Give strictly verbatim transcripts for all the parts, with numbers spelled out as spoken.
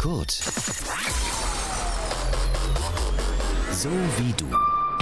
Kurt. So wie du.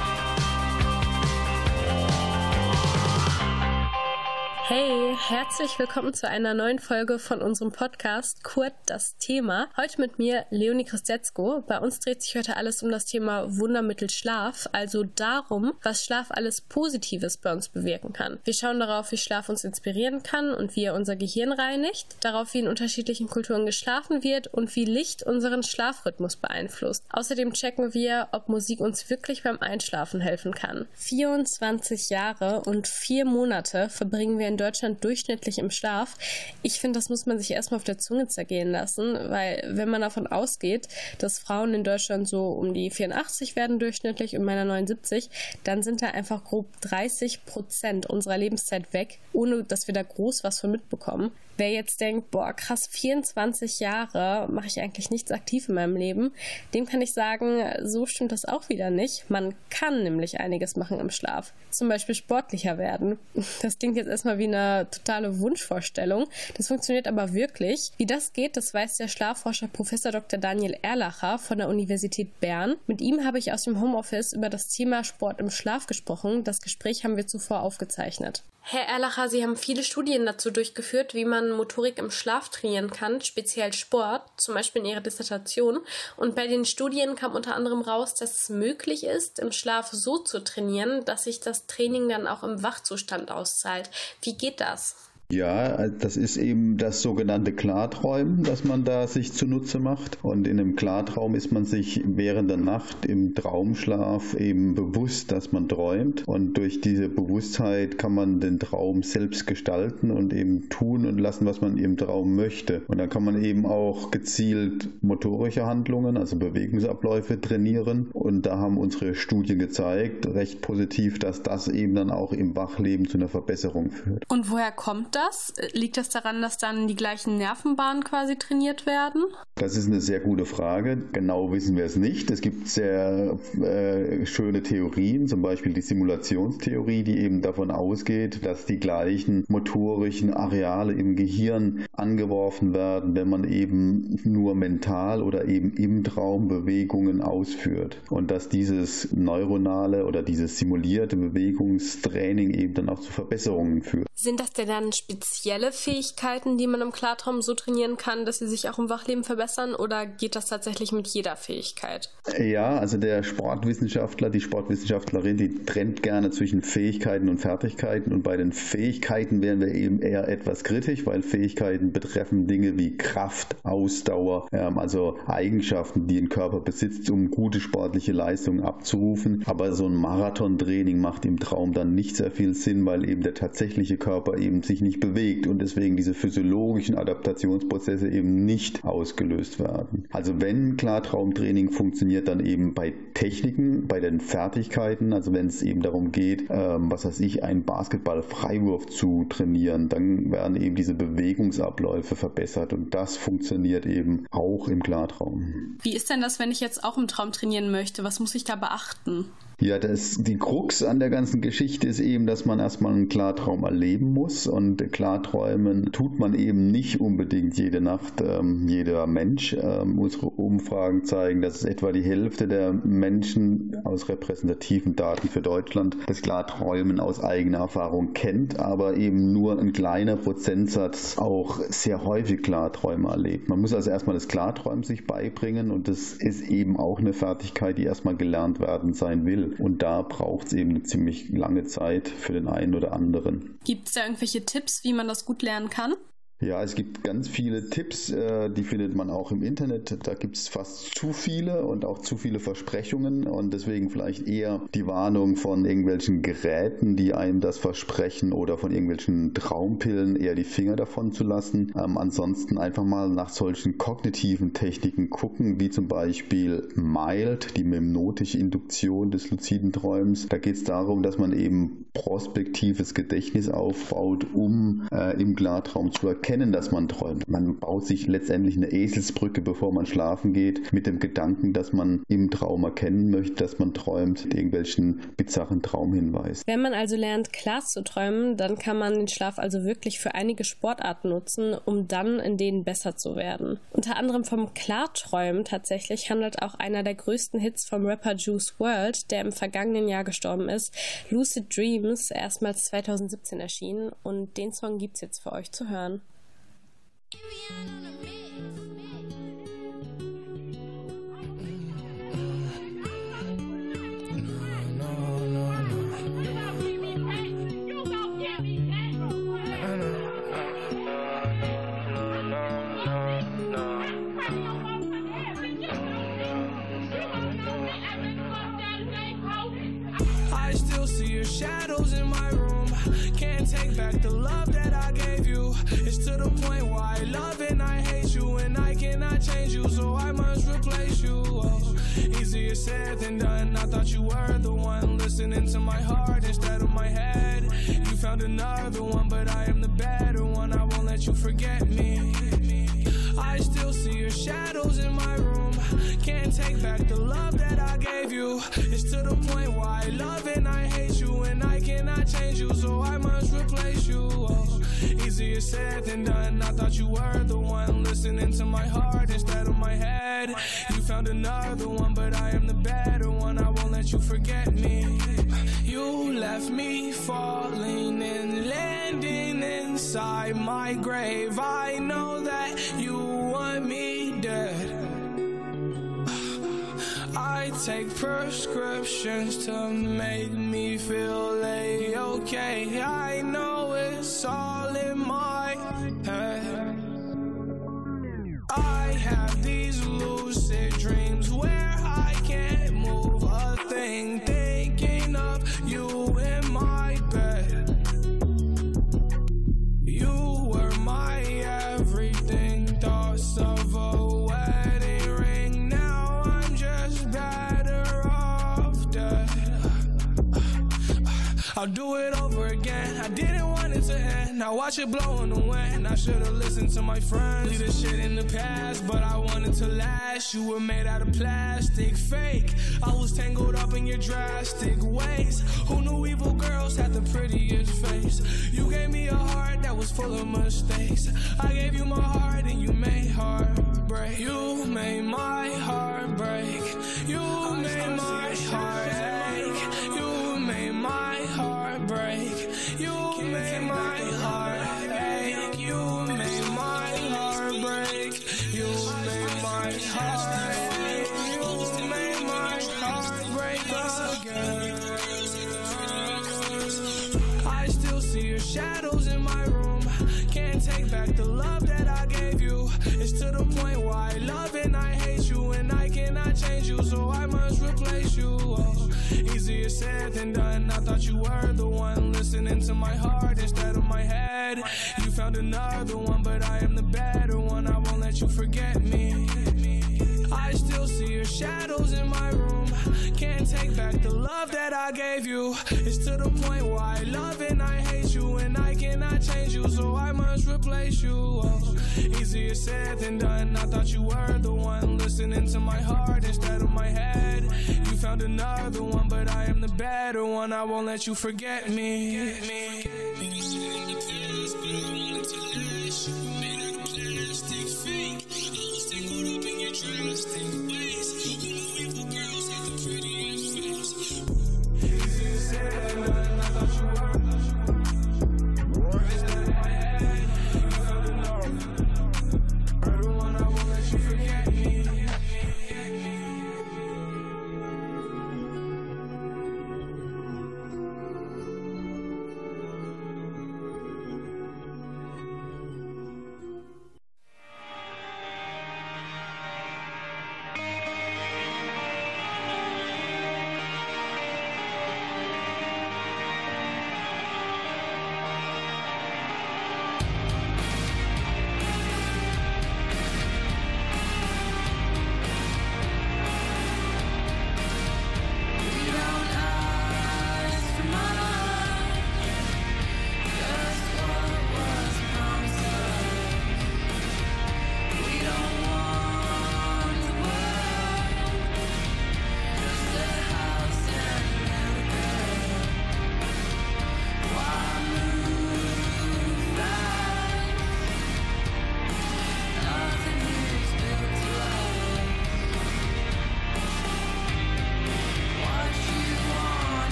Hey, herzlich willkommen zu einer neuen Folge von unserem Podcast Kurt, das Thema. Heute mit mir Leonie Christetzko. Bei uns dreht sich heute alles um das Thema Wundermittel Schlaf, also darum, was Schlaf alles Positives bei uns bewirken kann. Wir schauen darauf, wie Schlaf uns inspirieren kann und wie er unser Gehirn reinigt, darauf, wie in unterschiedlichen Kulturen geschlafen wird und wie Licht unseren Schlafrhythmus beeinflusst. Außerdem checken wir, ob Musik uns wirklich beim Einschlafen helfen kann. vierundzwanzig Jahre und vier Monate verbringen wir in Deutschland durchschnittlich im Schlaf. Ich finde, das muss man sich erstmal auf der Zunge zergehen lassen, weil wenn man davon ausgeht, dass Frauen in Deutschland so um die vierundachtzig werden durchschnittlich und Männer neunundsiebzig, dann sind da einfach grob dreißig Prozent unserer Lebenszeit weg, ohne dass wir da groß was von mitbekommen. Wer jetzt denkt, boah krass, vierundzwanzig Jahre mache ich eigentlich nichts aktiv in meinem Leben, dem kann ich sagen, so stimmt das auch wieder nicht. Man kann nämlich einiges machen im Schlaf. Zum Beispiel sportlicher werden. Das klingt jetzt erstmal wie eine totale Wunschvorstellung. Das funktioniert aber wirklich. Wie das geht, das weiß der Schlafforscher Professor Doktor Daniel Erlacher von der Universität Bern. Mit ihm habe ich aus dem Homeoffice über das Thema Sport im Schlaf gesprochen. Das Gespräch haben wir zuvor aufgezeichnet. Herr Erlacher, Sie haben viele Studien dazu durchgeführt, wie man Motorik im Schlaf trainieren kann, speziell Sport, zum Beispiel in Ihrer Dissertation. Und bei den Studien kam unter anderem raus, dass es möglich ist, im Schlaf so zu trainieren, dass sich das Training dann auch im Wachzustand auszahlt. Wie geht das? Ja, das ist eben das sogenannte Klarträumen, das man da sich zunutze macht. Und in einem Klartraum ist man sich während der Nacht im Traumschlaf eben bewusst, dass man träumt. Und durch diese Bewusstheit kann man den Traum selbst gestalten und eben tun und lassen, was man im Traum möchte. Und dann kann man eben auch gezielt motorische Handlungen, also Bewegungsabläufe trainieren. Und da haben unsere Studien gezeigt, recht positiv, dass das eben dann auch im Wachleben zu einer Verbesserung führt. Und woher kommt das? Liegt das daran, dass dann die gleichen Nervenbahnen quasi trainiert werden? Das ist eine sehr gute Frage. Genau wissen wir es nicht. Es gibt sehr äh, schöne Theorien, zum Beispiel die Simulationstheorie, die eben davon ausgeht, dass die gleichen motorischen Areale im Gehirn angeworfen werden, wenn man eben nur mental oder eben im Traum Bewegungen ausführt. Und dass dieses neuronale oder dieses simulierte Bewegungstraining eben dann auch zu Verbesserungen führt. Sind das denn dann spezielle Fähigkeiten, die man im Klartraum so trainieren kann, dass sie sich auch im Wachleben verbessern, oder geht das tatsächlich mit jeder Fähigkeit? Ja, also der Sportwissenschaftler, die Sportwissenschaftlerin, die trennt gerne zwischen Fähigkeiten und Fertigkeiten, und bei den Fähigkeiten wären wir eben eher etwas kritisch, weil Fähigkeiten betreffen Dinge wie Kraft, Ausdauer, also Eigenschaften, die ein Körper besitzt, um gute sportliche Leistungen abzurufen. Aber so ein Marathontraining macht im Traum dann nicht sehr viel Sinn, weil eben der tatsächliche Körper eben sich nicht bewegt und deswegen diese physiologischen Adaptationsprozesse eben nicht ausgelöst werden. Also wenn Klartraumtraining funktioniert, dann eben bei Techniken, bei den Fertigkeiten, also wenn es eben darum geht, ähm, was weiß ich, einen Basketball-Freiwurf zu trainieren, dann werden eben diese Bewegungsabläufe verbessert und das funktioniert eben auch im Klartraum. Wie ist denn das, wenn ich jetzt auch im Traum trainieren möchte? Was muss ich da beachten? Ja, das, die Krux an der ganzen Geschichte ist eben, dass man erstmal einen Klartraum erleben muss, und Klarträumen tut man eben nicht unbedingt jede Nacht, ähm, jeder Mensch. Ähm, unsere Umfragen zeigen, dass es etwa die Hälfte der Menschen aus repräsentativen Daten für Deutschland das Klarträumen aus eigener Erfahrung kennt, aber eben nur ein kleiner Prozentsatz auch sehr häufig Klarträume erlebt. Man muss also erstmal das Klarträumen sich beibringen, und das ist eben auch eine Fertigkeit, die erstmal gelernt werden sein will. Und da braucht es eben eine ziemlich lange Zeit für den einen oder anderen. Gibt es da irgendwelche Tipps, wie man das gut lernen kann? Ja, es gibt ganz viele Tipps, äh, die findet man auch im Internet. Da gibt es fast zu viele und auch zu viele Versprechungen, und deswegen vielleicht eher die Warnung von irgendwelchen Geräten, die einem das versprechen, oder von irgendwelchen Traumpillen, eher die Finger davon zu lassen. Ähm, ansonsten einfach mal nach solchen kognitiven Techniken gucken, wie zum Beispiel Mild, die memnotische Induktion des luziden Träumens. Da geht es darum, dass man eben prospektives Gedächtnis aufbaut, um äh, im Klartraum zu erkennen, erkennen, dass man träumt. Man baut sich letztendlich eine Eselsbrücke, bevor man schlafen geht, mit dem Gedanken, dass man im Traum erkennen möchte, dass man träumt, irgendwelchen bizarren Traumhinweis. Wenn man also lernt, klar zu träumen, dann kann man den Schlaf also wirklich für einige Sportarten nutzen, um dann in denen besser zu werden. Unter anderem vom Klarträumen tatsächlich handelt auch einer der größten Hits vom Rapper Juice world, der im vergangenen Jahr gestorben ist, Lucid Dreams, erstmals zwanzig siebzehn erschienen, und den Song gibt's jetzt für euch zu hören. Shadows in my room, can't take back the love that I gave you. It's to the point where I love and I hate you, and I cannot change you, so I must replace you. Oh, easier said than done. I thought you were the one listening to my heart instead of my head. You found another one, but I am the better one. I won't let you forget me. I still see your shadows in my room, can't take back the love that I gave you. It's to the point where I love and I hate you, and I cannot change you, so I must replace you. Oh, easier said than done. I thought you were the one listening to my heart instead of my head. You found another one, but I am the better one. I won't let you forget me. You left me falling and landing inside my grave. I know that you want me dead. I take prescriptions to make me feel A-okay. I know it's all in my head. I have these lucid dreams where I can't move a thing, thinking of you in my bed. You were my everything, thoughts of a wedding ring. Now I'm just better off dead. I'll do it over again. I didn't want it to end. Now watch it blow in the wind. I should've listened to my friends. Leave this shit in the past, but I wanted to last. You were made out of plastic, fake. I was tangled up in your drastic ways. Who knew evil girls had the prettiest face? You gave me a heart that was full of mistakes. I gave you my heart and you made heartbreak. You made my heart break. You made my heart ache. You made my heart break. You made my heart ache. You made my heart break. You made my heart ache. You made my heart break again. I still see your shadows in my room, can't take back the love that I gave you. It's to the point where I love and I hate you, and I cannot change you, so I must replace you. Oh, easier said than done. I thought you were the one listening to my heart instead of my head. You found another one, but I am the better one. I won't let you forget me. I still see your shadows in my room, can't take back the love that I gave you. It's to the point where I love and I hate you, and I cannot change you, so I must replace you. Oh, easier said than done. I thought you were the one listening to my heart instead of my head. You found another one, but I am the better one. I won't let you forget me.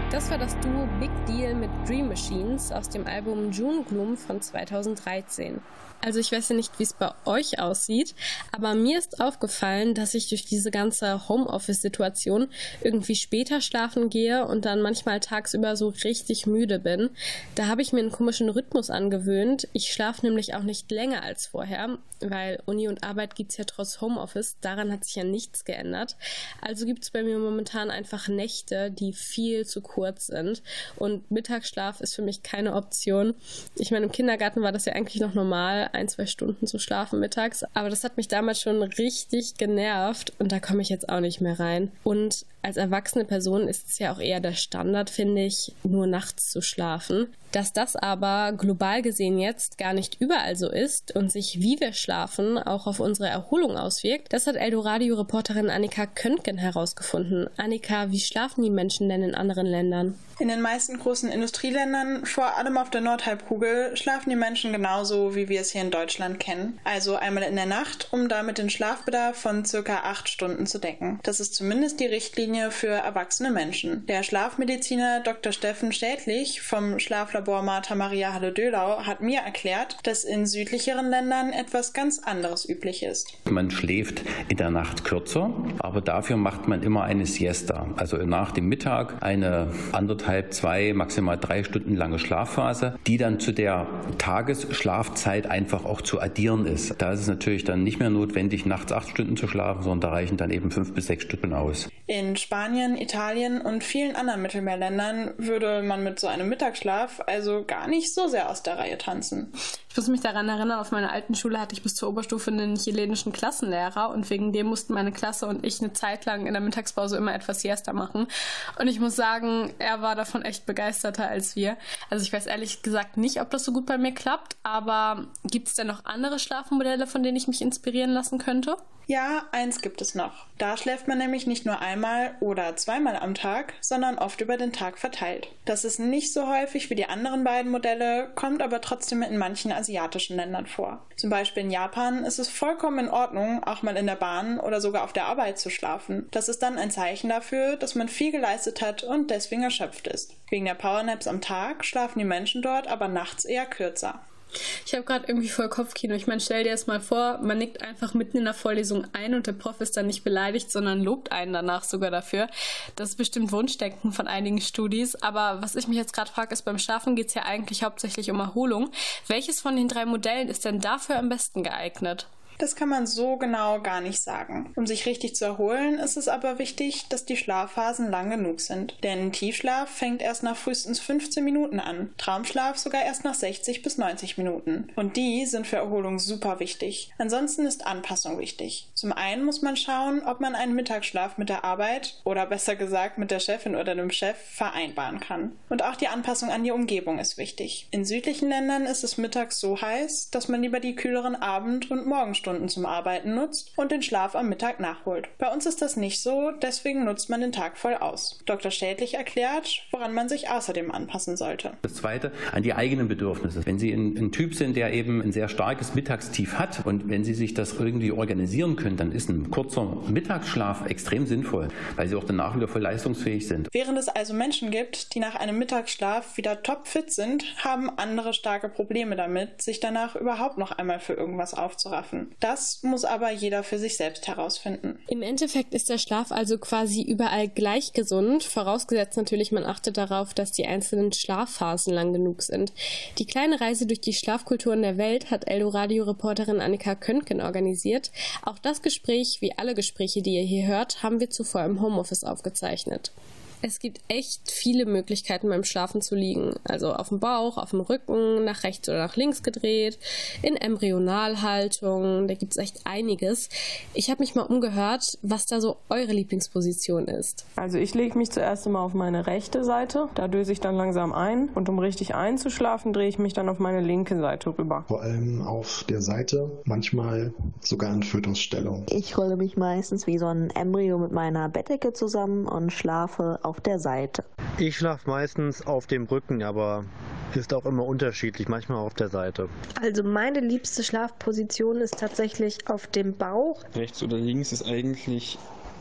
Das war das Duo Big Deal mit Dream Machines aus dem Album June Gloom von zweitausenddreizehn. Also ich weiß ja nicht, wie es bei euch aussieht, aber mir ist aufgefallen, dass ich durch diese ganze Homeoffice-Situation irgendwie später schlafen gehe und dann manchmal tagsüber so richtig müde bin. Da habe ich mir einen komischen Rhythmus angewöhnt. Ich schlafe nämlich auch nicht länger als vorher, weil Uni und Arbeit gibt es ja trotz Homeoffice. Daran hat sich ja nichts geändert. Also gibt es bei mir momentan einfach Nächte, die viel zu kurz sind. Und Mittagsschlaf ist für mich keine Option. Ich meine, im Kindergarten war das ja eigentlich noch normal, ein, zwei Stunden zu schlafen mittags. Aber das hat mich damals schon richtig genervt und da komme ich jetzt auch nicht mehr rein. Und als erwachsene Person ist es ja auch eher der Standard, finde ich, nur nachts zu schlafen. Dass das aber global gesehen jetzt gar nicht überall so ist und sich, wie wir schlafen, auch auf unsere Erholung auswirkt, das hat Eldoradio-Reporterin Annika Köntgen herausgefunden. Annika, wie schlafen die Menschen denn in anderen Ländern? In den meisten großen Industrieländern, vor allem auf der Nordhalbkugel, schlafen die Menschen genauso, wie wir es hier in Deutschland kennen. Also einmal in der Nacht, um damit den Schlafbedarf von circa acht Stunden zu decken. Das ist zumindest die Richtlinie für erwachsene Menschen. Der Schlafmediziner Doktor Steffen Schädlich vom Schlaflabor Martha Maria Halle-Döhlau hat mir erklärt, dass in südlicheren Ländern etwas ganz anderes üblich ist. Man schläft in der Nacht kürzer, aber dafür macht man immer eine Siesta. Also nach dem Mittag eine anderthalb, zwei, maximal drei Stunden lange Schlafphase, die dann zu der Tagesschlafzeit einfach auch zu addieren ist. Da ist es natürlich dann nicht mehr notwendig, nachts acht Stunden zu schlafen, sondern da reichen dann eben fünf bis sechs Stunden aus. In Spanien, Italien und vielen anderen Mittelmeerländern würde man mit so einem Mittagsschlaf also gar nicht so sehr aus der Reihe tanzen. Ich muss mich daran erinnern, auf meiner alten Schule hatte ich bis zur Oberstufe einen chilenischen Klassenlehrer und wegen dem mussten meine Klasse und ich eine Zeit lang in der Mittagspause immer etwas Siesta machen. Und ich muss sagen, er war davon echt begeisterter als wir. Also ich weiß ehrlich gesagt nicht, ob das so gut bei mir klappt, aber gibt es denn noch andere Schlafmodelle, von denen ich mich inspirieren lassen könnte? Ja, eins gibt es noch. Da schläft man nämlich nicht nur einmal oder zweimal am Tag, sondern oft über den Tag verteilt. Das ist nicht so häufig wie die anderen beiden Modelle, kommt aber trotzdem in manchen asiatischen Ländern vor. Zum Beispiel in Japan ist es vollkommen in Ordnung, auch mal in der Bahn oder sogar auf der Arbeit zu schlafen. Das ist dann ein Zeichen dafür, dass man viel geleistet hat und deswegen erschöpft ist. Wegen der Powernaps am Tag schlafen die Menschen dort aber nachts eher kürzer. Ich habe gerade irgendwie voll Kopfkino. Ich meine, stell dir das mal vor, man nickt einfach mitten in der Vorlesung ein und der Prof ist dann nicht beleidigt, sondern lobt einen danach sogar dafür. Das ist bestimmt Wunschdenken von einigen Studis. Aber was ich mich jetzt gerade frage, ist, beim Schlafen geht es ja eigentlich hauptsächlich um Erholung. Welches von den drei Modellen ist denn dafür am besten geeignet? Das kann man so genau gar nicht sagen. Um sich richtig zu erholen, ist es aber wichtig, dass die Schlafphasen lang genug sind. Denn Tiefschlaf fängt erst nach frühestens fünfzehn Minuten an, Traumschlaf sogar erst nach sechzig bis neunzig Minuten. Und die sind für Erholung super wichtig. Ansonsten ist Anpassung wichtig. Zum einen muss man schauen, ob man einen Mittagsschlaf mit der Arbeit oder besser gesagt mit der Chefin oder dem Chef vereinbaren kann. Und auch die Anpassung an die Umgebung ist wichtig. In südlichen Ländern ist es mittags so heiß, dass man lieber die kühleren Abend- und Morgenstunden zum Arbeiten nutzt und den Schlaf am Mittag nachholt. Bei uns ist das nicht so, deswegen nutzt man den Tag voll aus. Doktor Schädlich erklärt, woran man sich außerdem anpassen sollte. Das Zweite, an die eigenen Bedürfnisse. Wenn Sie ein, ein Typ sind, der eben ein sehr starkes Mittagstief hat und wenn Sie sich das irgendwie organisieren können, dann ist ein kurzer Mittagsschlaf extrem sinnvoll, weil Sie auch danach wieder voll leistungsfähig sind. Während es also Menschen gibt, die nach einem Mittagsschlaf wieder topfit sind, haben andere starke Probleme damit, sich danach überhaupt noch einmal für irgendwas aufzuraffen. Das muss aber jeder für sich selbst herausfinden. Im Endeffekt ist der Schlaf also quasi überall gleich gesund, vorausgesetzt natürlich, man achtet darauf, dass die einzelnen Schlafphasen lang genug sind. Die kleine Reise durch die Schlafkulturen der Welt hat Eldoradio-Reporterin Annika Köntgen organisiert. Auch das Gespräch, wie alle Gespräche, die ihr hier hört, haben wir zuvor im Homeoffice aufgezeichnet. Es gibt echt viele Möglichkeiten beim Schlafen zu liegen. Also auf dem Bauch, auf dem Rücken, nach rechts oder nach links gedreht, in Embryonalhaltung, da gibt es echt einiges. Ich habe mich mal umgehört, was da so eure Lieblingsposition ist. Also ich lege mich zuerst immer auf meine rechte Seite, da döse ich dann langsam ein und um richtig einzuschlafen, drehe ich mich dann auf meine linke Seite rüber. Vor allem auf der Seite, manchmal sogar in Fötusstellung. Ich rolle mich meistens wie so ein Embryo mit meiner Bettdecke zusammen und schlafe auf der Seite. Ich schlafe meistens auf dem Rücken, aber ist auch immer unterschiedlich, manchmal auf der Seite. Also meine liebste Schlafposition ist tatsächlich auf dem Bauch. Rechts oder links ist eigentlich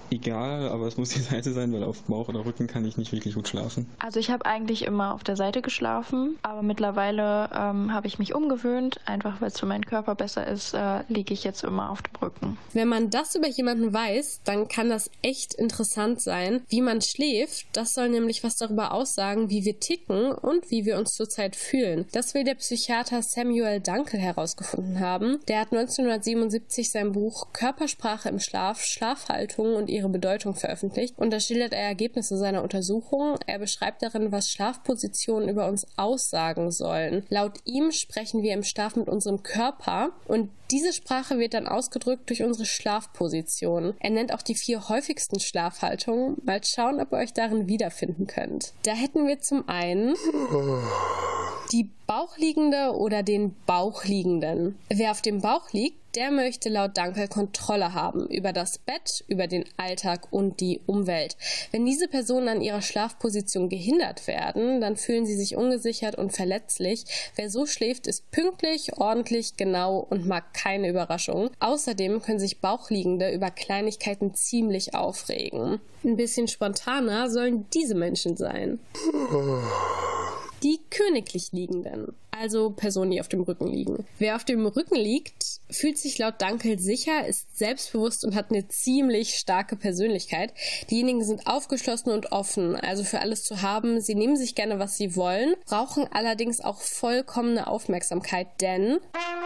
egal, aber es muss die Seite sein, weil auf Bauch oder Rücken kann ich nicht wirklich gut schlafen. Also ich habe eigentlich immer auf der Seite geschlafen, aber mittlerweile ähm, habe ich mich umgewöhnt, einfach weil es für meinen Körper besser ist, äh, liege ich jetzt immer auf dem Rücken. Wenn man das über jemanden weiß, dann kann das echt interessant sein, wie man schläft. Das soll nämlich was darüber aussagen, wie wir ticken und wie wir uns zurzeit fühlen. Das will der Psychiater Samuel Dunkel herausgefunden haben. Der hat neunzehnhundertsiebenundsiebzig sein Buch Körpersprache im Schlaf, Schlafhaltung und ihre Bedeutung veröffentlicht. Und da schildert er Ergebnisse seiner Untersuchung. Er beschreibt darin, was Schlafpositionen über uns aussagen sollen. Laut ihm sprechen wir im Schlaf mit unserem Körper und diese Sprache wird dann ausgedrückt durch unsere Schlafposition. Er nennt auch die vier häufigsten Schlafhaltungen. Mal schauen, ob ihr euch darin wiederfinden könnt. Da hätten wir zum einen die Bauchliegende oder den Bauchliegenden. Wer auf dem Bauch liegt, der möchte laut Dunkel Kontrolle haben über das Bett, über den Alltag und die Umwelt. Wenn diese Personen an ihrer Schlafposition gehindert werden, dann fühlen sie sich ungesichert und verletzlich. Wer so schläft, ist pünktlich, ordentlich, genau und mag keine Überraschungen. Außerdem können sich Bauchliegende über Kleinigkeiten ziemlich aufregen. Ein bisschen spontaner sollen diese Menschen sein. Die königlich Liegenden, also Personen, die auf dem Rücken liegen. Wer auf dem Rücken liegt, fühlt sich laut Dunkel sicher, ist selbstbewusst und hat eine ziemlich starke Persönlichkeit. Diejenigen sind aufgeschlossen und offen, also für alles zu haben. Sie nehmen sich gerne, was sie wollen, brauchen allerdings auch vollkommene Aufmerksamkeit, denn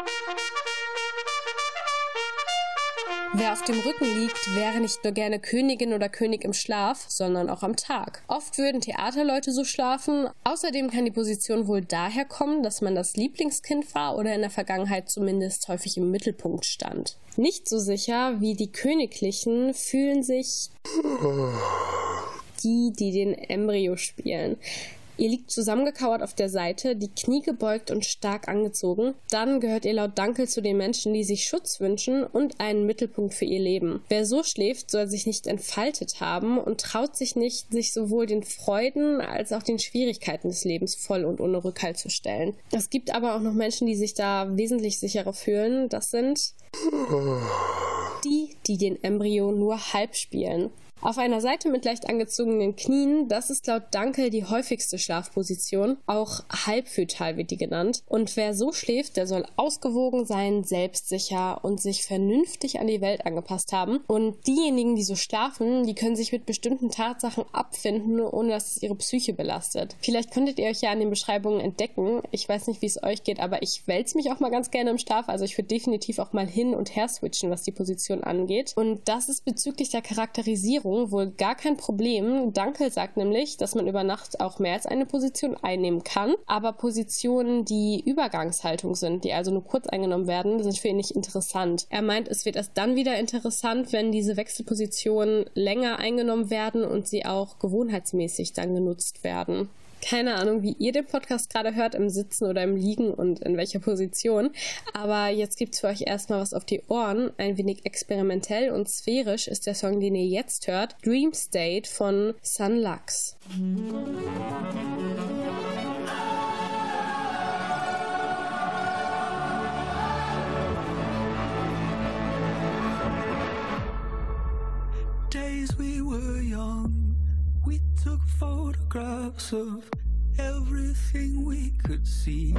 wer auf dem Rücken liegt, wäre nicht nur gerne Königin oder König im Schlaf, sondern auch am Tag. Oft würden Theaterleute so schlafen. Außerdem kann die Position wohl daher kommen, dass man das Lieblingskind war oder in der Vergangenheit zumindest häufig im Mittelpunkt stand. Nicht so sicher wie die Königlichen fühlen sich die, die den Embryo spielen. Ihr liegt zusammengekauert auf der Seite, die Knie gebeugt und stark angezogen. Dann gehört ihr laut Dunkel zu den Menschen, die sich Schutz wünschen und einen Mittelpunkt für ihr Leben. Wer so schläft, soll sich nicht entfaltet haben und traut sich nicht, sich sowohl den Freuden als auch den Schwierigkeiten des Lebens voll und ohne Rückhalt zu stellen. Es gibt aber auch noch Menschen, die sich da wesentlich sicherer fühlen. Das sind die, die den Embryo nur halb spielen. Auf einer Seite mit leicht angezogenen Knien, das ist laut Dunkel die häufigste Schlafposition, auch halbfötal wird die genannt. Und wer so schläft, der soll ausgewogen sein, selbstsicher und sich vernünftig an die Welt angepasst haben. Und diejenigen, die so schlafen, die können sich mit bestimmten Tatsachen abfinden, ohne dass es ihre Psyche belastet. Vielleicht könntet ihr euch ja an den Beschreibungen entdecken. Ich weiß nicht, wie es euch geht, aber ich wälze mich auch mal ganz gerne im Schlaf. Also ich würde definitiv auch mal hin und her switchen, was die Position angeht. Und das ist bezüglich der Charakterisierung wohl gar kein Problem. Dunkel sagt nämlich, dass man über Nacht auch mehr als eine Position einnehmen kann, aber Positionen, die Übergangshaltung sind, die also nur kurz eingenommen werden, sind für ihn nicht interessant. Er meint, es wird erst dann wieder interessant, wenn diese Wechselpositionen länger eingenommen werden und sie auch gewohnheitsmäßig dann genutzt werden. Keine Ahnung, wie ihr den Podcast gerade hört, im Sitzen oder im Liegen und in welcher Position. Aber jetzt gibt's für euch erstmal was auf die Ohren. Ein wenig experimentell und sphärisch ist der Song, den ihr jetzt hört. Dream State von Sun Lux. Days we were young. We took photographs of everything we could see.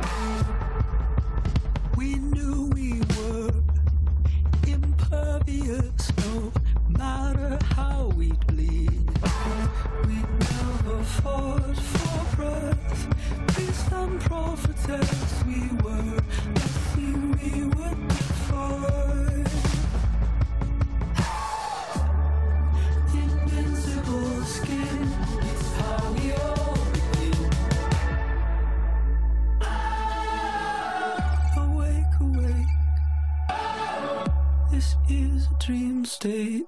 We knew we were impervious, no matter how we bleed. We never fought for breath. Priest and prophetess, we were nothing we would defy. Invincible skin, it's how we all begin. Awake, awake, this is a dream state.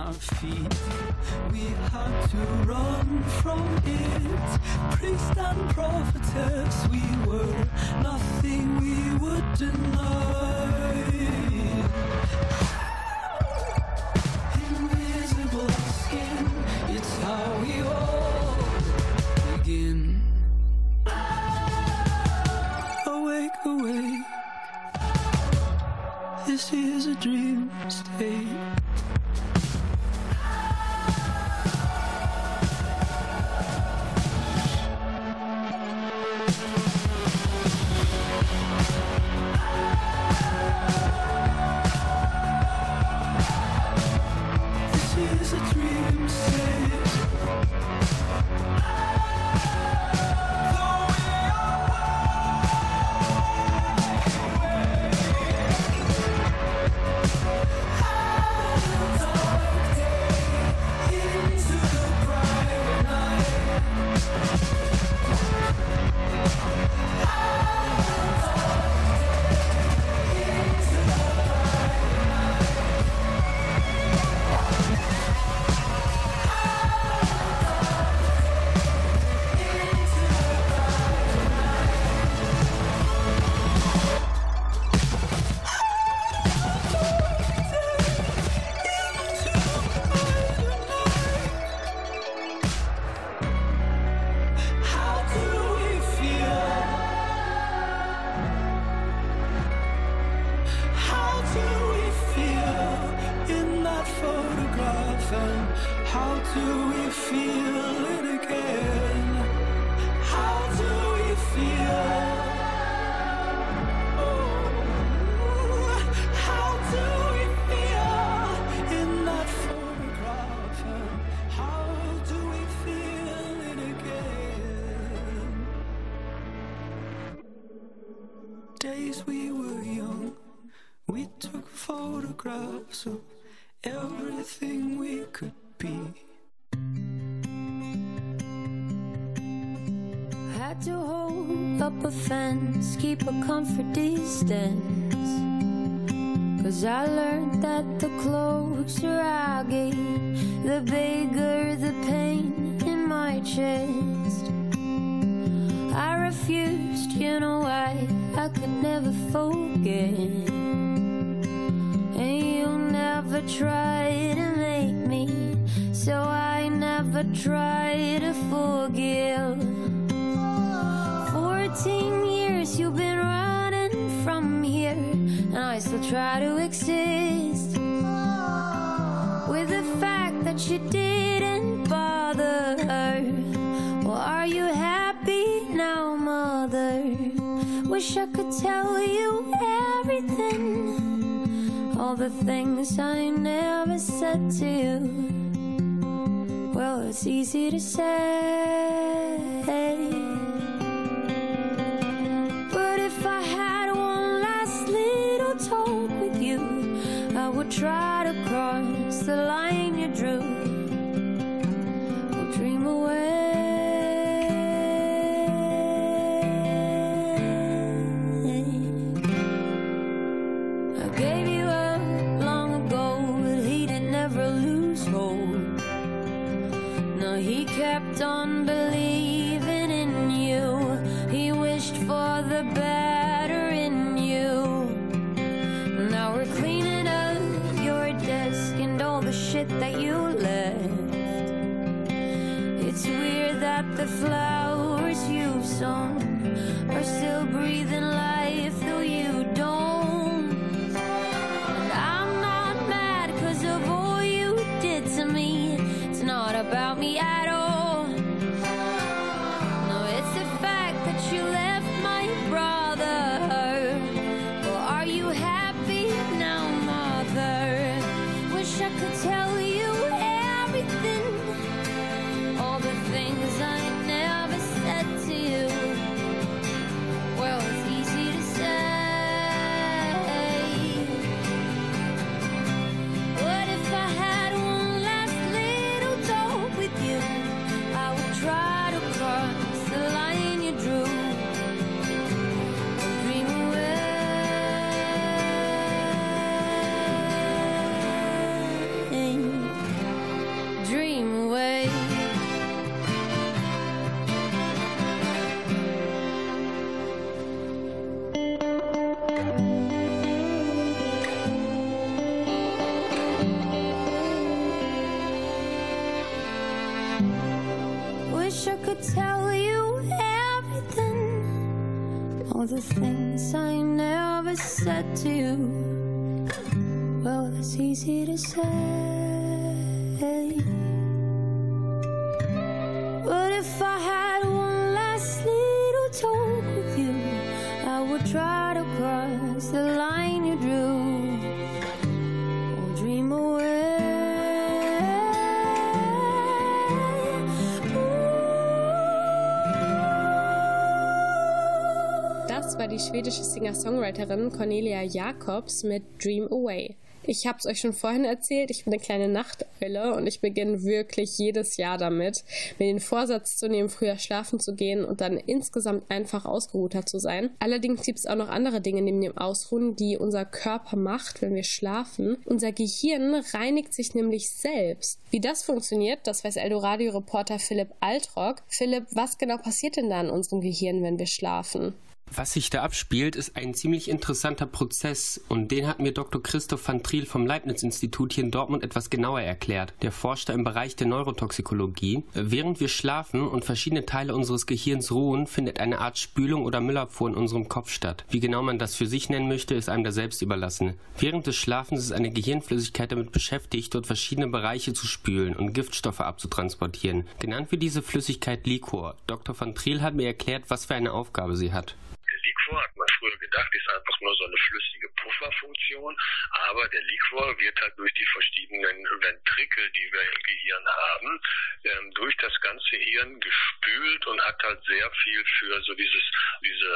our feet. We had to run from it. Priest and prophetess, we were nothing we would deny. Invisible skin, it's how we all begin. Awake, awake, this is a dream state. Days we were young, we took photographs of everything we could be. Had to hold up a fence, keep a comfort distance, 'cause I learned that the closer I get, the bigger the pain in my chest. I refused, you know why? I could never forget. And you never try to make me, so I never try to forgive. Fourteen years you've been running from here, and I still try to exist with the fact that you didn't bother her. Well, are you happy now, mother? Wish I could tell you everything, all the things I never said to you. Well, it's easy to say, but if I had one last little talk with you, I would try to cross the line you drew. We'll dream away. Gave you up long ago, but he did never lose hope. No, he kept on believing in you. He wished for the better in you. Now we're cleaning up your desk and all the shit that you left. It's weird that the flowers you've sown are still breathing life, though you don't. To me, it's not about me at all. No, it's the fact that you left my brother. Well, are you happy now, mother? Wish I could tell you everything, all the things I never said to you. Well, it's easy to say, what if I had with you? Wish I could tell you everything, all the things I never said to you. Well, it's easy to say, but if I had one last little talk with you, I would try to cross the line you drew, or dream away. Das war die schwedische Singer-Songwriterin Cornelia Jacobs mit Dream Away. Ich habe es euch schon vorhin erzählt, ich bin eine kleine Nachteule und ich beginne wirklich jedes Jahr damit, mir den Vorsatz zu nehmen, früher schlafen zu gehen und dann insgesamt einfach ausgeruhter zu sein. Allerdings gibt es auch noch andere Dinge neben dem Ausruhen, die unser Körper macht, wenn wir schlafen. Unser Gehirn reinigt sich nämlich selbst. Wie das funktioniert, das weiß Eldoradio-Reporter Philipp Altrock. Philipp, was genau passiert denn da in unserem Gehirn, wenn wir schlafen? Was sich da abspielt, ist ein ziemlich interessanter Prozess und den hat mir Doktor Christoph van Triel vom Leibniz-Institut hier in Dortmund etwas genauer erklärt. Der forscht da im Bereich der Neurotoxikologie. Während wir schlafen und verschiedene Teile unseres Gehirns ruhen, findet eine Art Spülung oder Müllabfuhr in unserem Kopf statt. Wie genau man das für sich nennen möchte, ist einem da selbst überlassen. Während des Schlafens ist eine Gehirnflüssigkeit damit beschäftigt, dort verschiedene Bereiche zu spülen und Giftstoffe abzutransportieren. Genannt wird diese Flüssigkeit Liquor. Doktor van Triel hat mir erklärt, was für eine Aufgabe sie hat. Liquor, hat man früher gedacht, ist einfach nur so eine flüssige Pufferfunktion, aber der Liquor wird halt durch die verschiedenen Ventrikel, die wir im Gehirn haben, ähm, durch das ganze Hirn gespült und hat halt sehr viel für so dieses diese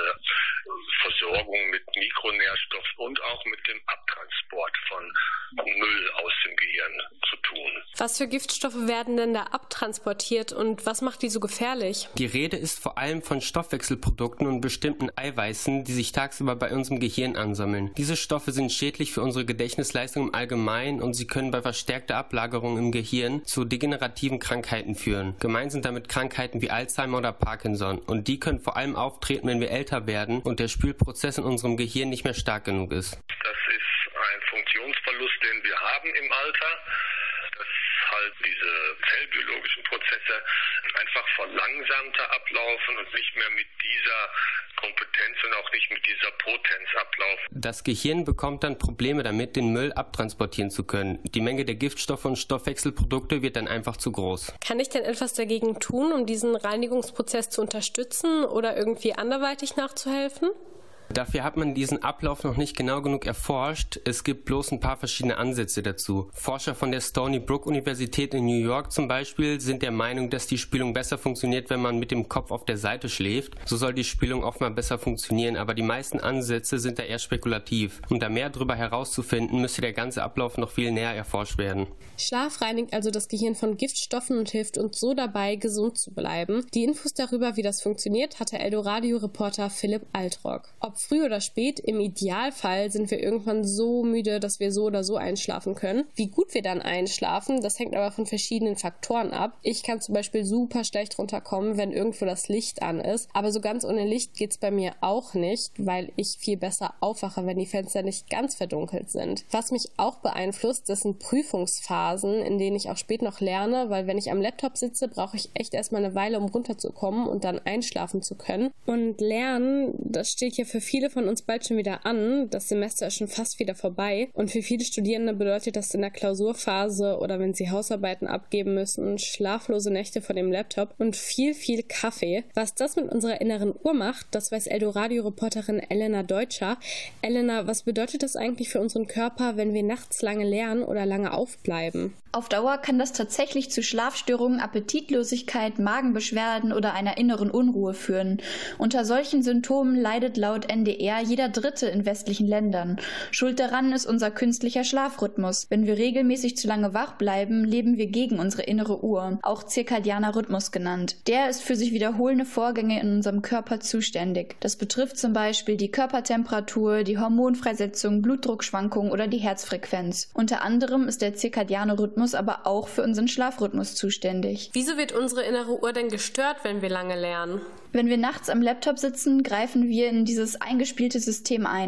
Versorgung mit Mikronährstoffen und auch mit dem Abtransport von Müll aus dem Gehirn zu tun. Was für Giftstoffe werden denn da abtransportiert und was macht die so gefährlich? Die Rede ist vor allem von Stoffwechselprodukten und bestimmten Eiweißen, die sich tagsüber bei unserem Gehirn ansammeln. Diese Stoffe sind schädlich für unsere Gedächtnisleistung im Allgemeinen und sie können bei verstärkter Ablagerung im Gehirn zu degenerativen Krankheiten führen. Gemeint sind damit Krankheiten wie Alzheimer oder Parkinson und die können vor allem auftreten, wenn wir älter werden und der Spülprozess in unserem Gehirn nicht mehr stark genug ist. Das ist ein Funktionsverlust, den wir haben im Alter, dass halt diese zellbiologischen Prozesse einfach verlangsamter ablaufen und nicht mehr mit dieser Kompetenz und auch nicht mit dieser Potenz ablaufen. Das Gehirn bekommt dann Probleme damit, den Müll abtransportieren zu können. Die Menge der Giftstoffe und Stoffwechselprodukte wird dann einfach zu groß. Kann ich denn etwas dagegen tun, um diesen Reinigungsprozess zu unterstützen oder irgendwie anderweitig nachzuhelfen? Dafür hat man diesen Ablauf noch nicht genau genug erforscht. Es gibt bloß ein paar verschiedene Ansätze dazu. Forscher von der Stony Brook Universität in New York zum Beispiel sind der Meinung, dass die Spülung besser funktioniert, wenn man mit dem Kopf auf der Seite schläft. So soll die Spülung auch mal besser funktionieren, aber die meisten Ansätze sind da eher spekulativ. Um da mehr darüber herauszufinden, müsste der ganze Ablauf noch viel näher erforscht werden. Schlaf reinigt also das Gehirn von Giftstoffen und hilft uns so dabei, gesund zu bleiben. Die Infos darüber, wie das funktioniert, hatte Eldoradio-Reporter Philipp Altrock. Ob früh oder spät, im Idealfall sind wir irgendwann so müde, dass wir so oder so einschlafen können. Wie gut wir dann einschlafen, das hängt aber von verschiedenen Faktoren ab. Ich kann zum Beispiel super schlecht runterkommen, wenn irgendwo das Licht an ist, aber so ganz ohne Licht geht's bei mir auch nicht, weil ich viel besser aufwache, wenn die Fenster nicht ganz verdunkelt sind. Was mich auch beeinflusst, das sind Prüfungsphasen, in denen ich auch spät noch lerne, weil wenn ich am Laptop sitze, brauche ich echt erstmal eine Weile, um runterzukommen und dann einschlafen zu können. Und Lernen, das steht hier für viele von uns bald schon wieder an. Das Semester ist schon fast wieder vorbei. Und für viele Studierende bedeutet das in der Klausurphase oder wenn sie Hausarbeiten abgeben müssen, schlaflose Nächte vor dem Laptop und viel, viel Kaffee. Was das mit unserer inneren Uhr macht, das weiß Eldoradio-Reporterin Elena Deutscher. Elena, was bedeutet das eigentlich für unseren Körper, wenn wir nachts lange lernen oder lange aufbleiben? Auf Dauer kann das tatsächlich zu Schlafstörungen, Appetitlosigkeit, Magenbeschwerden oder einer inneren Unruhe führen. Unter solchen Symptomen leidet laut N D R jeder Dritte in westlichen Ländern. Schuld daran ist unser künstlicher Schlafrhythmus. Wenn wir regelmäßig zu lange wach bleiben, leben wir gegen unsere innere Uhr, auch zirkadianer Rhythmus genannt. Der ist für sich wiederholende Vorgänge in unserem Körper zuständig. Das betrifft zum Beispiel die Körpertemperatur, die Hormonfreisetzung, Blutdruckschwankungen oder die Herzfrequenz. Unter anderem ist der zirkadiane Rhythmus aber auch für unseren Schlafrhythmus zuständig. Wieso wird unsere innere Uhr denn gestört, wenn wir lange lernen? Wenn wir nachts am Laptop sitzen, greifen wir in dieses eingespielte System ein.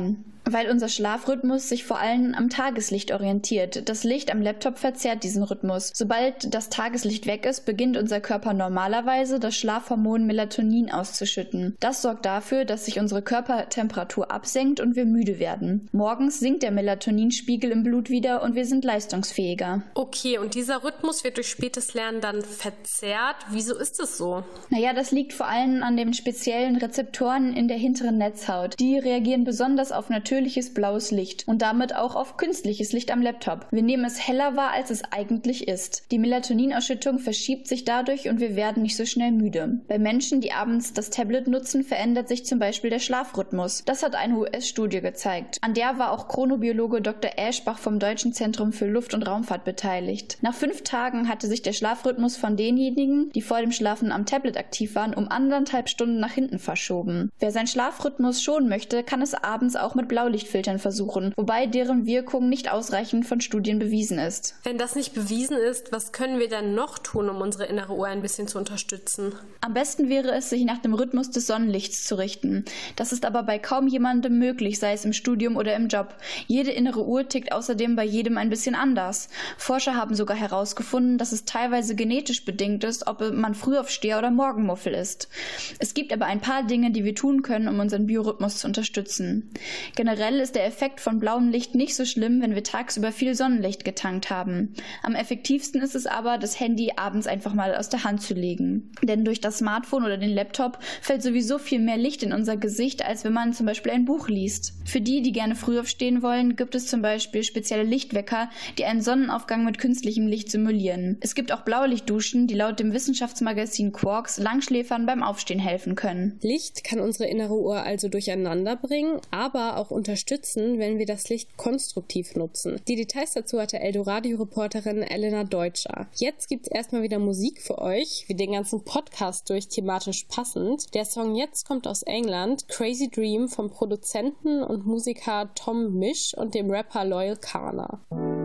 Weil unser Schlafrhythmus sich vor allem am Tageslicht orientiert. Das Licht am Laptop verzerrt diesen Rhythmus. Sobald das Tageslicht weg ist, beginnt unser Körper normalerweise das Schlafhormon Melatonin auszuschütten. Das sorgt dafür, dass sich unsere Körpertemperatur absenkt und wir müde werden. Morgens sinkt der Melatoninspiegel im Blut wieder und wir sind leistungsfähiger. Okay, und dieser Rhythmus wird durch spätes Lernen dann verzerrt. Wieso ist es so? Naja, das liegt vor allem an den speziellen Rezeptoren in der hinteren Netzhaut. Die reagieren besonders auf natürliches blaues Licht und damit auch auf künstliches Licht am Laptop. Wir nehmen es heller wahr, als es eigentlich ist. Die Melatoninausschüttung verschiebt sich dadurch und wir werden nicht so schnell müde. Bei Menschen, die abends das Tablet nutzen, verändert sich zum Beispiel der Schlafrhythmus. Das hat eine U S-Studie gezeigt. An der war auch Chronobiologe Doktor Eschbach vom Deutschen Zentrum für Luft- und Raumfahrt beteiligt. Nach fünf Tagen hatte sich der Schlafrhythmus von denjenigen, die vor dem Schlafen am Tablet aktiv waren, um anderthalb Stunden nach hinten verschoben. Wer seinen Schlafrhythmus schonen möchte, kann es abends auch mit Blaulichtfiltern versuchen, wobei deren Wirkung nicht ausreichend von Studien bewiesen ist. Wenn das nicht bewiesen ist, was können wir dann noch tun, um unsere innere Uhr ein bisschen zu unterstützen? Am besten wäre es, sich nach dem Rhythmus des Sonnenlichts zu richten. Das ist aber bei kaum jemandem möglich, sei es im Studium oder im Job. Jede innere Uhr tickt außerdem bei jedem ein bisschen anders. Forscher haben sogar herausgefunden, dass es teilweise genetisch bedingt ist, ob man Frühaufsteher oder Morgenmuffel ist. Es gibt aber ein paar Dinge, die wir tun können, um unseren Biorhythmus zu unterstützen. Generell ist der Effekt von blauem Licht nicht so schlimm, wenn wir tagsüber viel Sonnenlicht getankt haben. Am effektivsten ist es aber, das Handy abends einfach mal aus der Hand zu legen. Denn durch das Smartphone oder den Laptop fällt sowieso viel mehr Licht in unser Gesicht, als wenn man zum Beispiel ein Buch liest. Für die, die gerne früh aufstehen wollen, gibt es zum Beispiel spezielle Lichtwecker, die einen Sonnenaufgang mit künstlichem Licht simulieren. Es gibt auch Blaulichtduschen, die laut dem Wissenschaftsmagazin Quarks Langschläfern beim Aufstehen helfen können. Licht kann unsere innere Uhr also durcheinander bringen, aber auch unterstützen, wenn wir das Licht konstruktiv nutzen. Die Details dazu hatte Eldoradio-Reporterin Elena Deutscher. Jetzt gibt's erstmal wieder Musik für euch, wie den ganzen Podcast durch, thematisch passend. Der Song jetzt kommt aus England, Crazy Dream vom Produzenten und Musiker Tom Misch und dem Rapper Loyal Kana.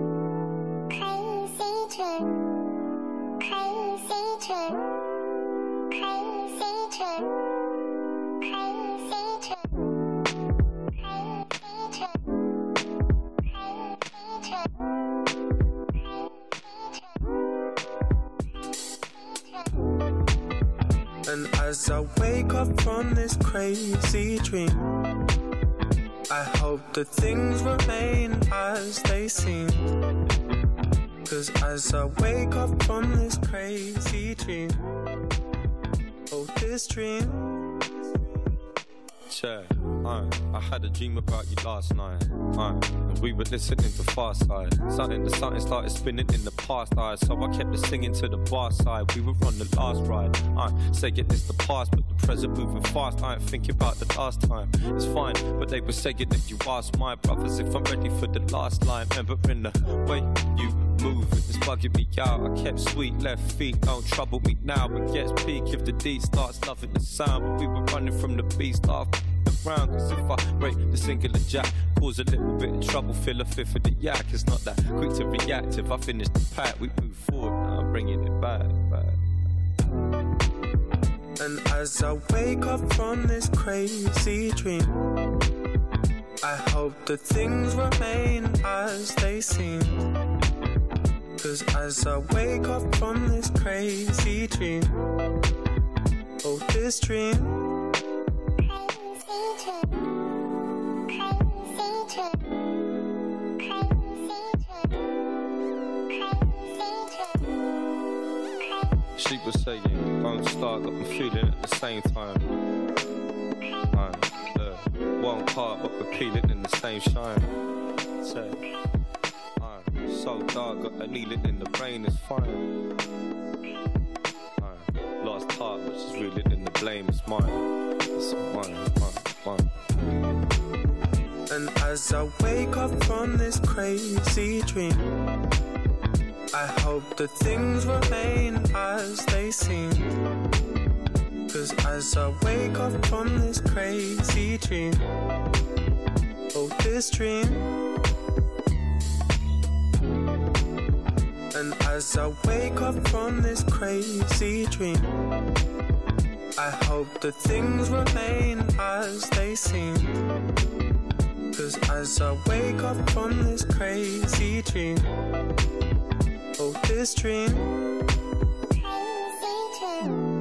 Crazy dream, crazy dream, crazy dream, crazy dream, crazy dream. And as I wake up from this crazy dream, I hope that things remain as they seem. Cause as I wake up from this crazy dream, oh this dream. Check, uh, I had a dream about you last night, uh, and we were listening to Far Side. Something to something started spinning in the past eyes, so I kept it singing to the bar side. We were on the last ride, uh, saying it's the past, but the present moving fast. I ain't thinking about the last time. It's fine, but they were saying that you asked my brothers if I'm ready for the last line. Remembering the way you move, it's bugging me out. I kept sweet left feet, don't trouble me now. It gets peak if the D starts loving the sound, but we were running from the beast off around. Cause if I break the singular jack, cause a little bit of trouble, fill a fifth of the yak. It's not that quick to react. If I finish the pack, we move forward. Now I'm bringing it back, back. And as I wake up from this crazy dream, I hope that things remain as they seem. Cause as I wake up from this crazy dream, oh this dream. She was saying, don't start, got me feeling at the same time. Man, uh, one part, but we're peeling in the same shine. Say, man, so dark, got a needle in the brain, it's fine. Man, lost part, which is reeling in the blame, it's mine. It's mine, mine, mine. And as I wake up from this crazy dream, I hope that things remain as they seem. Cause as I wake up from this crazy dream, oh this dream. And as I wake up from this crazy dream, I hope that things remain as they seem. Cause as I wake up from this crazy dream, oh, this dream, crazy dream.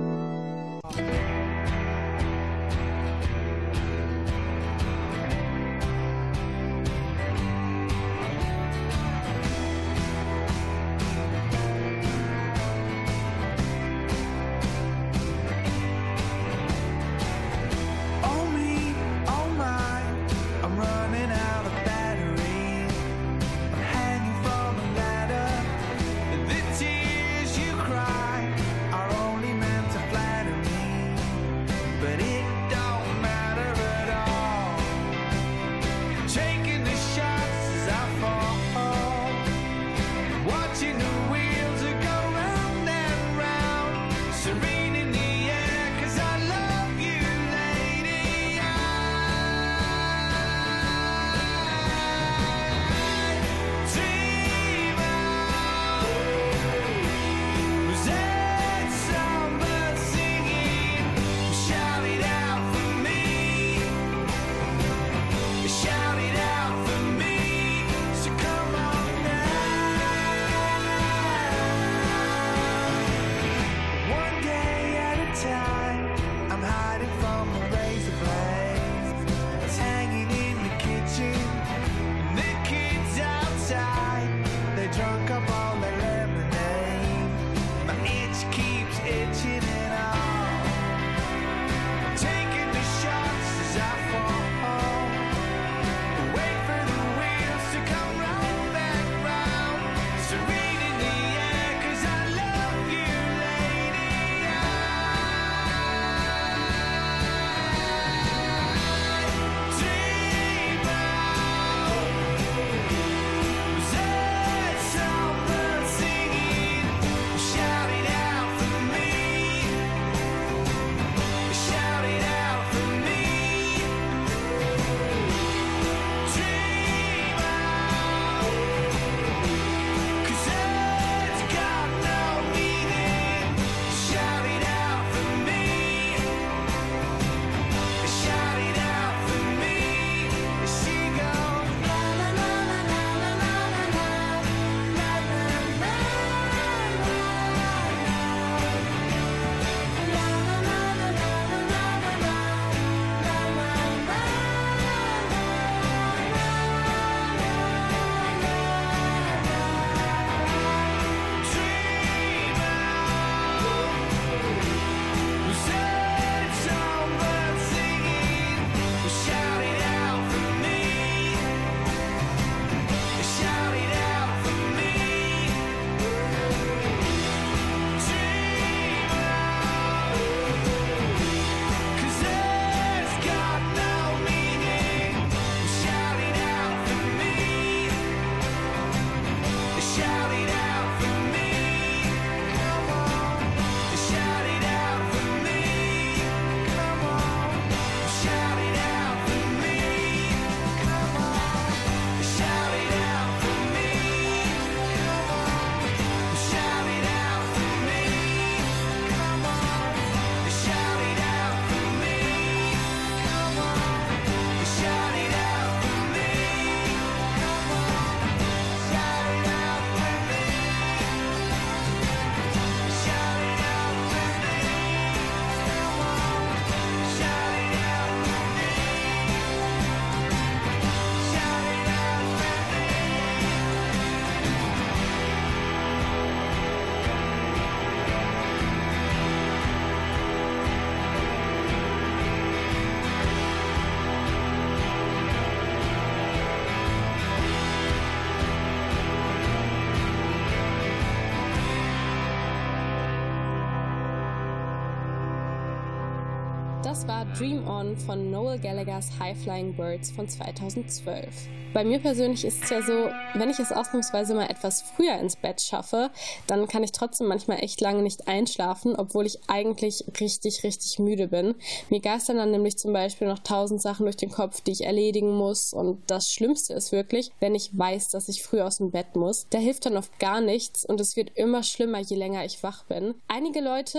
Das war Dream On von Noel Gallaghers High Flying Birds von zweitausendzwölf. Bei mir persönlich ist es ja so, wenn ich es ausnahmsweise mal etwas früher ins Bett schaffe, dann kann ich trotzdem manchmal echt lange nicht einschlafen, obwohl ich eigentlich richtig, richtig müde bin. Mir geistern dann nämlich zum Beispiel noch tausend Sachen durch den Kopf, die ich erledigen muss, und das Schlimmste ist wirklich, wenn ich weiß, dass ich früh aus dem Bett muss. Da hilft dann oft gar nichts und es wird immer schlimmer, je länger ich wach bin. Einige Leute,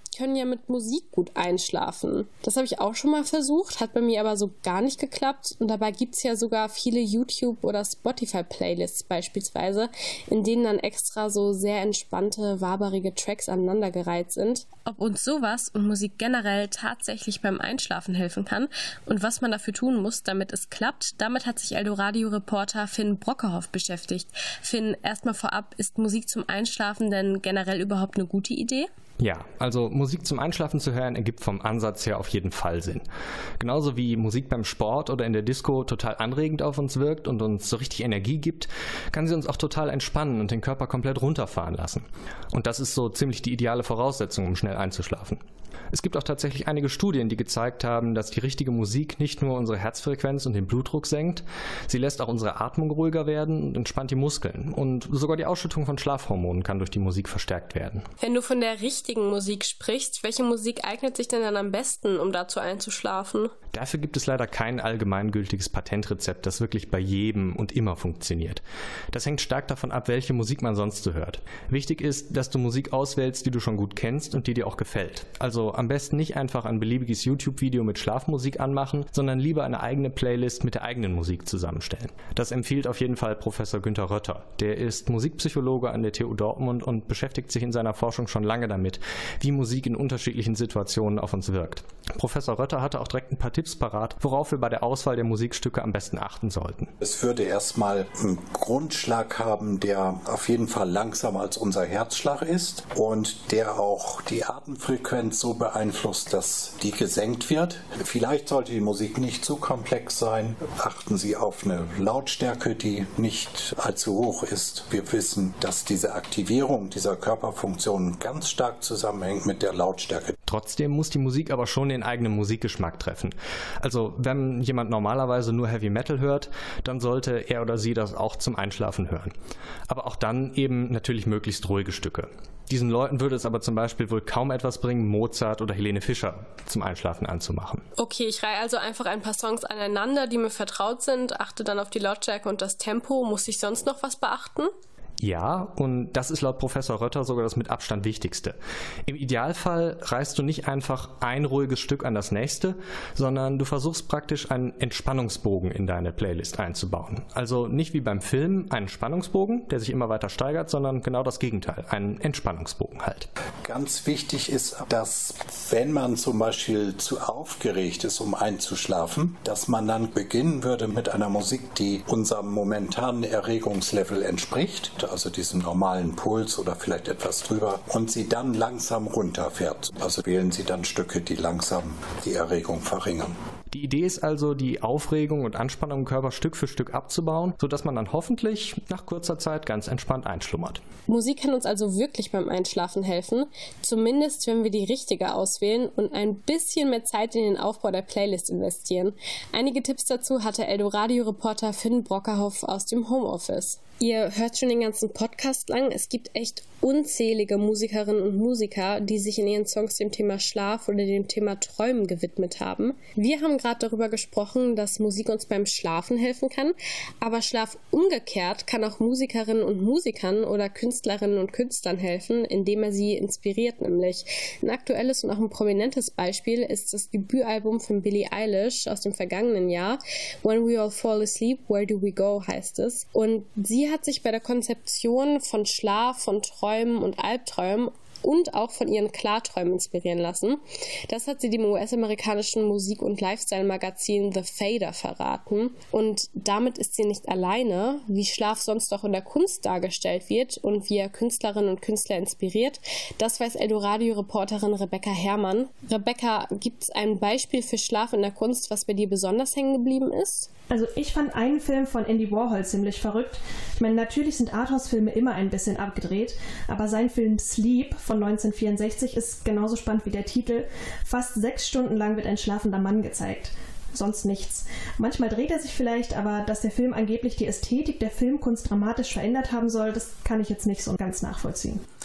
können ja mit Musik gut einschlafen. Das habe ich auch schon mal versucht, hat bei mir aber so gar nicht geklappt. Und dabei gibt es ja sogar viele YouTube- oder Spotify-Playlists beispielsweise, in denen dann extra so sehr entspannte, waberige Tracks aneinandergereiht sind. Ob uns sowas und Musik generell tatsächlich beim Einschlafen helfen kann und was man dafür tun muss, damit es klappt, damit hat sich Eldoradio-Reporter Finn Brockerhoff beschäftigt. Finn, erstmal vorab, ist Musik zum Einschlafen denn generell überhaupt eine gute Idee? Ja, also Musik zum Einschlafen zu hören ergibt vom Ansatz her auf jeden Fall Sinn. Genauso wie Musik beim Sport oder in der Disco total anregend auf uns wirkt und uns so richtig Energie gibt, kann sie uns auch total entspannen und den Körper komplett runterfahren lassen. Und das ist so ziemlich die ideale Voraussetzung, um schnell einzuschlafen. Es gibt auch tatsächlich einige Studien, die gezeigt haben, dass die richtige Musik nicht nur unsere Herzfrequenz und den Blutdruck senkt, sie lässt auch unsere Atmung ruhiger werden und entspannt die Muskeln. Und sogar die Ausschüttung von Schlafhormonen kann durch die Musik verstärkt werden. Wenn du von der richtigen Musik sprichst, welche Musik eignet sich denn dann am besten, um dazu einzuschlafen? Dafür gibt es leider kein allgemeingültiges Patentrezept, das wirklich bei jedem und immer funktioniert. Das hängt stark davon ab, welche Musik man sonst so hört. Wichtig ist, dass du Musik auswählst, die du schon gut kennst und die dir auch gefällt. Also am besten nicht einfach ein beliebiges YouTube-Video mit Schlafmusik anmachen, sondern lieber eine eigene Playlist mit der eigenen Musik zusammenstellen. Das empfiehlt auf jeden Fall Professor Günther Rötter. Der ist Musikpsychologe an der T U Dortmund und beschäftigt sich in seiner Forschung schon lange damit, wie Musik in unterschiedlichen Situationen auf uns wirkt. Professor Rötter hatte auch direkt ein paar Tipps parat, worauf wir bei der Auswahl der Musikstücke am besten achten sollten. Es würde erstmal einen Grundschlag haben, der auf jeden Fall langsamer als unser Herzschlag ist und der auch die Atemfrequenz so beeinflusst, dass die gesenkt wird. Vielleicht sollte die Musik nicht zu komplex sein. Achten Sie auf eine Lautstärke, die nicht allzu hoch ist. Wir wissen, dass diese Aktivierung dieser Körperfunktionen ganz stark zusammenhängt mit der Lautstärke. Trotzdem muss die Musik aber schon den eigenen Musikgeschmack treffen. Also wenn jemand normalerweise nur Heavy Metal hört, dann sollte er oder sie das auch zum Einschlafen hören. Aber auch dann eben natürlich möglichst ruhige Stücke. Diesen Leuten würde es aber zum Beispiel wohl kaum etwas bringen, Mozart oder Helene Fischer zum Einschlafen anzumachen. Okay, ich reihe also einfach ein paar Songs aneinander, die mir vertraut sind, achte dann auf die Lautstärke und das Tempo. Muss ich sonst noch was beachten? Ja, und das ist laut Professor Rötter sogar das mit Abstand Wichtigste. Im Idealfall reißt du nicht einfach ein ruhiges Stück an das nächste, sondern du versuchst praktisch einen Entspannungsbogen in deine Playlist einzubauen. Also nicht wie beim Film einen Spannungsbogen, der sich immer weiter steigert, sondern genau das Gegenteil, einen Entspannungsbogen halt. Ganz wichtig ist, dass wenn man zum Beispiel zu aufgeregt ist, um einzuschlafen, dass man dann beginnen würde mit einer Musik, die unserem momentanen Erregungslevel entspricht, also diesem normalen Puls oder vielleicht etwas drüber, und sie dann langsam runterfährt. Also wählen Sie dann Stücke, die langsam die Erregung verringern. Die Idee ist also, die Aufregung und Anspannung im Körper Stück für Stück abzubauen, sodass man dann hoffentlich nach kurzer Zeit ganz entspannt einschlummert. Musik kann uns also wirklich beim Einschlafen helfen, zumindest wenn wir die richtige auswählen und ein bisschen mehr Zeit in den Aufbau der Playlist investieren. Einige Tipps dazu hatte Eldoradio-Reporter Finn Brockerhoff aus dem Homeoffice. Ihr hört schon den ganzen Podcast lang, es gibt echt unzählige Musikerinnen und Musiker, die sich in ihren Songs dem Thema Schlaf oder dem Thema Träumen gewidmet haben. Wir haben gerade darüber gesprochen, dass Musik uns beim Schlafen helfen kann, aber Schlaf umgekehrt kann auch Musikerinnen und Musikern oder Künstlerinnen und Künstlern helfen, indem er sie inspiriert nämlich. Ein aktuelles und auch ein prominentes Beispiel ist das Debütalbum von Billie Eilish aus dem vergangenen Jahr. When We All Fall Asleep, Where Do We Go heißt es. Und sie hat sich bei der Konzeption von Schlaf, von Träumen und Albträumen und auch von ihren Klarträumen inspirieren lassen. Das hat sie dem U S-amerikanischen Musik- und Lifestyle-Magazin The Fader verraten. Und damit ist sie nicht alleine, wie Schlaf sonst auch in der Kunst dargestellt wird und wie er Künstlerinnen und Künstler inspiriert. Das weiß Eldoradio-Reporterin Rebecca Herrmann. Rebecca, gibt es ein Beispiel für Schlaf in der Kunst, was bei dir besonders hängen geblieben ist? Also ich fand einen Film von Andy Warhol ziemlich verrückt. Ich meine, natürlich sind Arthouse-Filme immer ein bisschen abgedreht, aber sein Film Sleep von neunzehnhundertvierundsechzig ist genauso spannend wie der Titel. Fast sechs Stunden lang wird ein schlafender Mann gezeigt. Sonst nichts. Manchmal dreht er sich vielleicht, aber dass der Film angeblich die Ästhetik der Filmkunst dramatisch verändert haben soll, das kann ich jetzt nicht so ganz nachvollziehen.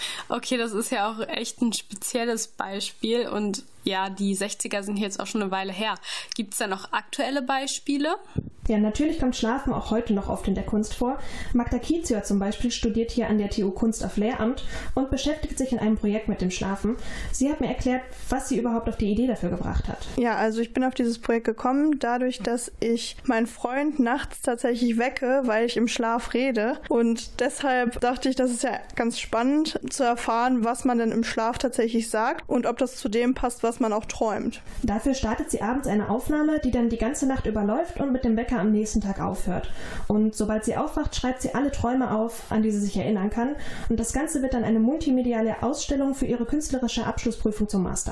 Okay, das ist ja auch echt ein spezielles Beispiel und ja, die sechziger sind jetzt auch schon eine Weile her. Gibt es da noch aktuelle Beispiele? Ja, natürlich kommt Schlafen auch heute noch oft in der Kunst vor. Magda Kizio zum Beispiel studiert hier an der T U Kunst auf Lehramt und beschäftigt sich in einem Projekt mit dem Schlafen. Sie hat mir erklärt, was sie überhaupt auf die Idee dafür gebracht hat. Ja, also ich bin auf dieses Projekt gekommen, dadurch, dass ich meinen Freund nachts tatsächlich wecke, weil ich im Schlaf rede. Und deshalb dachte ich, das ist ja ganz spannend zu erfahren, was man denn im Schlaf tatsächlich sagt und ob das zu dem passt, was man auch träumt. Dafür startet sie abends eine Aufnahme, die dann die ganze Nacht überläuft und mit dem Wecker am nächsten Tag aufhört. Und sobald sie aufwacht, schreibt sie alle Träume auf, an die sie sich erinnern kann. Und das Ganze wird dann eine multimediale Ausstellung für ihre künstlerische Abschlussprüfung zum Master.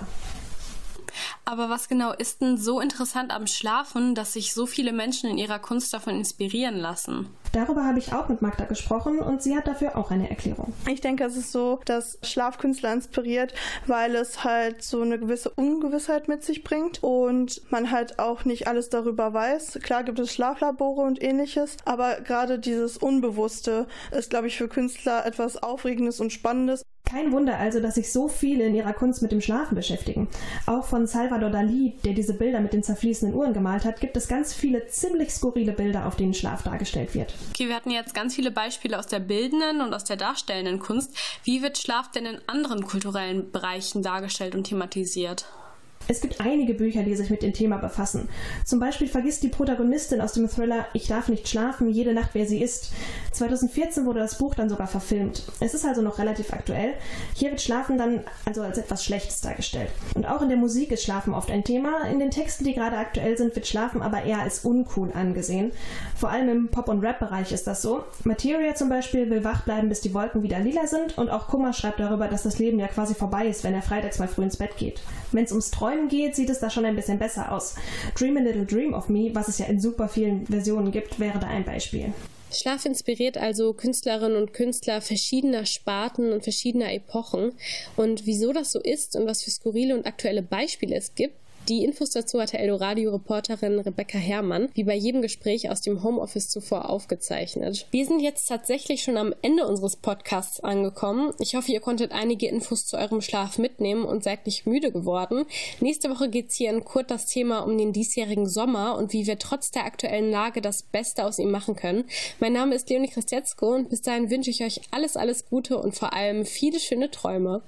Aber was genau ist denn so interessant am Schlafen, dass sich so viele Menschen in ihrer Kunst davon inspirieren lassen? Darüber habe ich auch mit Magda gesprochen und sie hat dafür auch eine Erklärung. Ich denke, es ist so, dass Schlafkünstler inspiriert, weil es halt so eine gewisse Ungewissheit mit sich bringt und man halt auch nicht alles darüber weiß. Klar gibt es Schlaflabore und ähnliches, aber gerade dieses Unbewusste ist, glaube ich, für Künstler etwas Aufregendes und Spannendes. Kein Wunder also, dass sich so viele in ihrer Kunst mit dem Schlafen beschäftigen. Auch von Salvador Dalí, der diese Bilder mit den zerfließenden Uhren gemalt hat, gibt es ganz viele ziemlich skurrile Bilder, auf denen Schlaf dargestellt wird. Okay, wir hatten jetzt ganz viele Beispiele aus der bildenden und aus der darstellenden Kunst. Wie wird Schlaf denn in anderen kulturellen Bereichen dargestellt und thematisiert? Es gibt einige Bücher, die sich mit dem Thema befassen. Zum Beispiel vergisst die Protagonistin aus dem Thriller Ich darf nicht schlafen, jede Nacht wer sie ist. zweitausendvierzehn wurde das Buch dann sogar verfilmt. Es ist also noch relativ aktuell. Hier wird Schlafen dann also als etwas Schlechtes dargestellt. Und auch in der Musik ist Schlafen oft ein Thema. In den Texten, die gerade aktuell sind, wird Schlafen aber eher als uncool angesehen. Vor allem im Pop- und Rap-Bereich ist das so. Materia zum Beispiel will wach bleiben, bis die Wolken wieder lila sind. Und auch Kummer schreibt darüber, dass das Leben ja quasi vorbei ist, wenn er freitags mal früh ins Bett geht. Wenn es ums Träumen geht, sieht es da schon ein bisschen besser aus. Dream a Little Dream of Me, was es ja in super vielen Versionen gibt, wäre da ein Beispiel. Schlaf inspiriert also Künstlerinnen und Künstler verschiedener Sparten und verschiedener Epochen. Und wieso das so ist und was für skurrile und aktuelle Beispiele es gibt, die Infos dazu hatte Eldoradio-Reporterin Rebecca Herrmann, wie bei jedem Gespräch aus dem Homeoffice zuvor aufgezeichnet. Wir sind jetzt tatsächlich schon am Ende unseres Podcasts angekommen. Ich hoffe, ihr konntet einige Infos zu eurem Schlaf mitnehmen und seid nicht müde geworden. Nächste Woche geht es hier in Kurt das Thema um den diesjährigen Sommer und wie wir trotz der aktuellen Lage das Beste aus ihm machen können. Mein Name ist Leonie Christetzko und bis dahin wünsche ich euch alles, alles Gute und vor allem viele schöne Träume.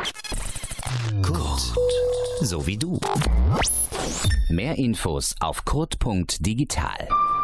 Kurt, so wie du. Mehr Infos auf kurt punkt digital.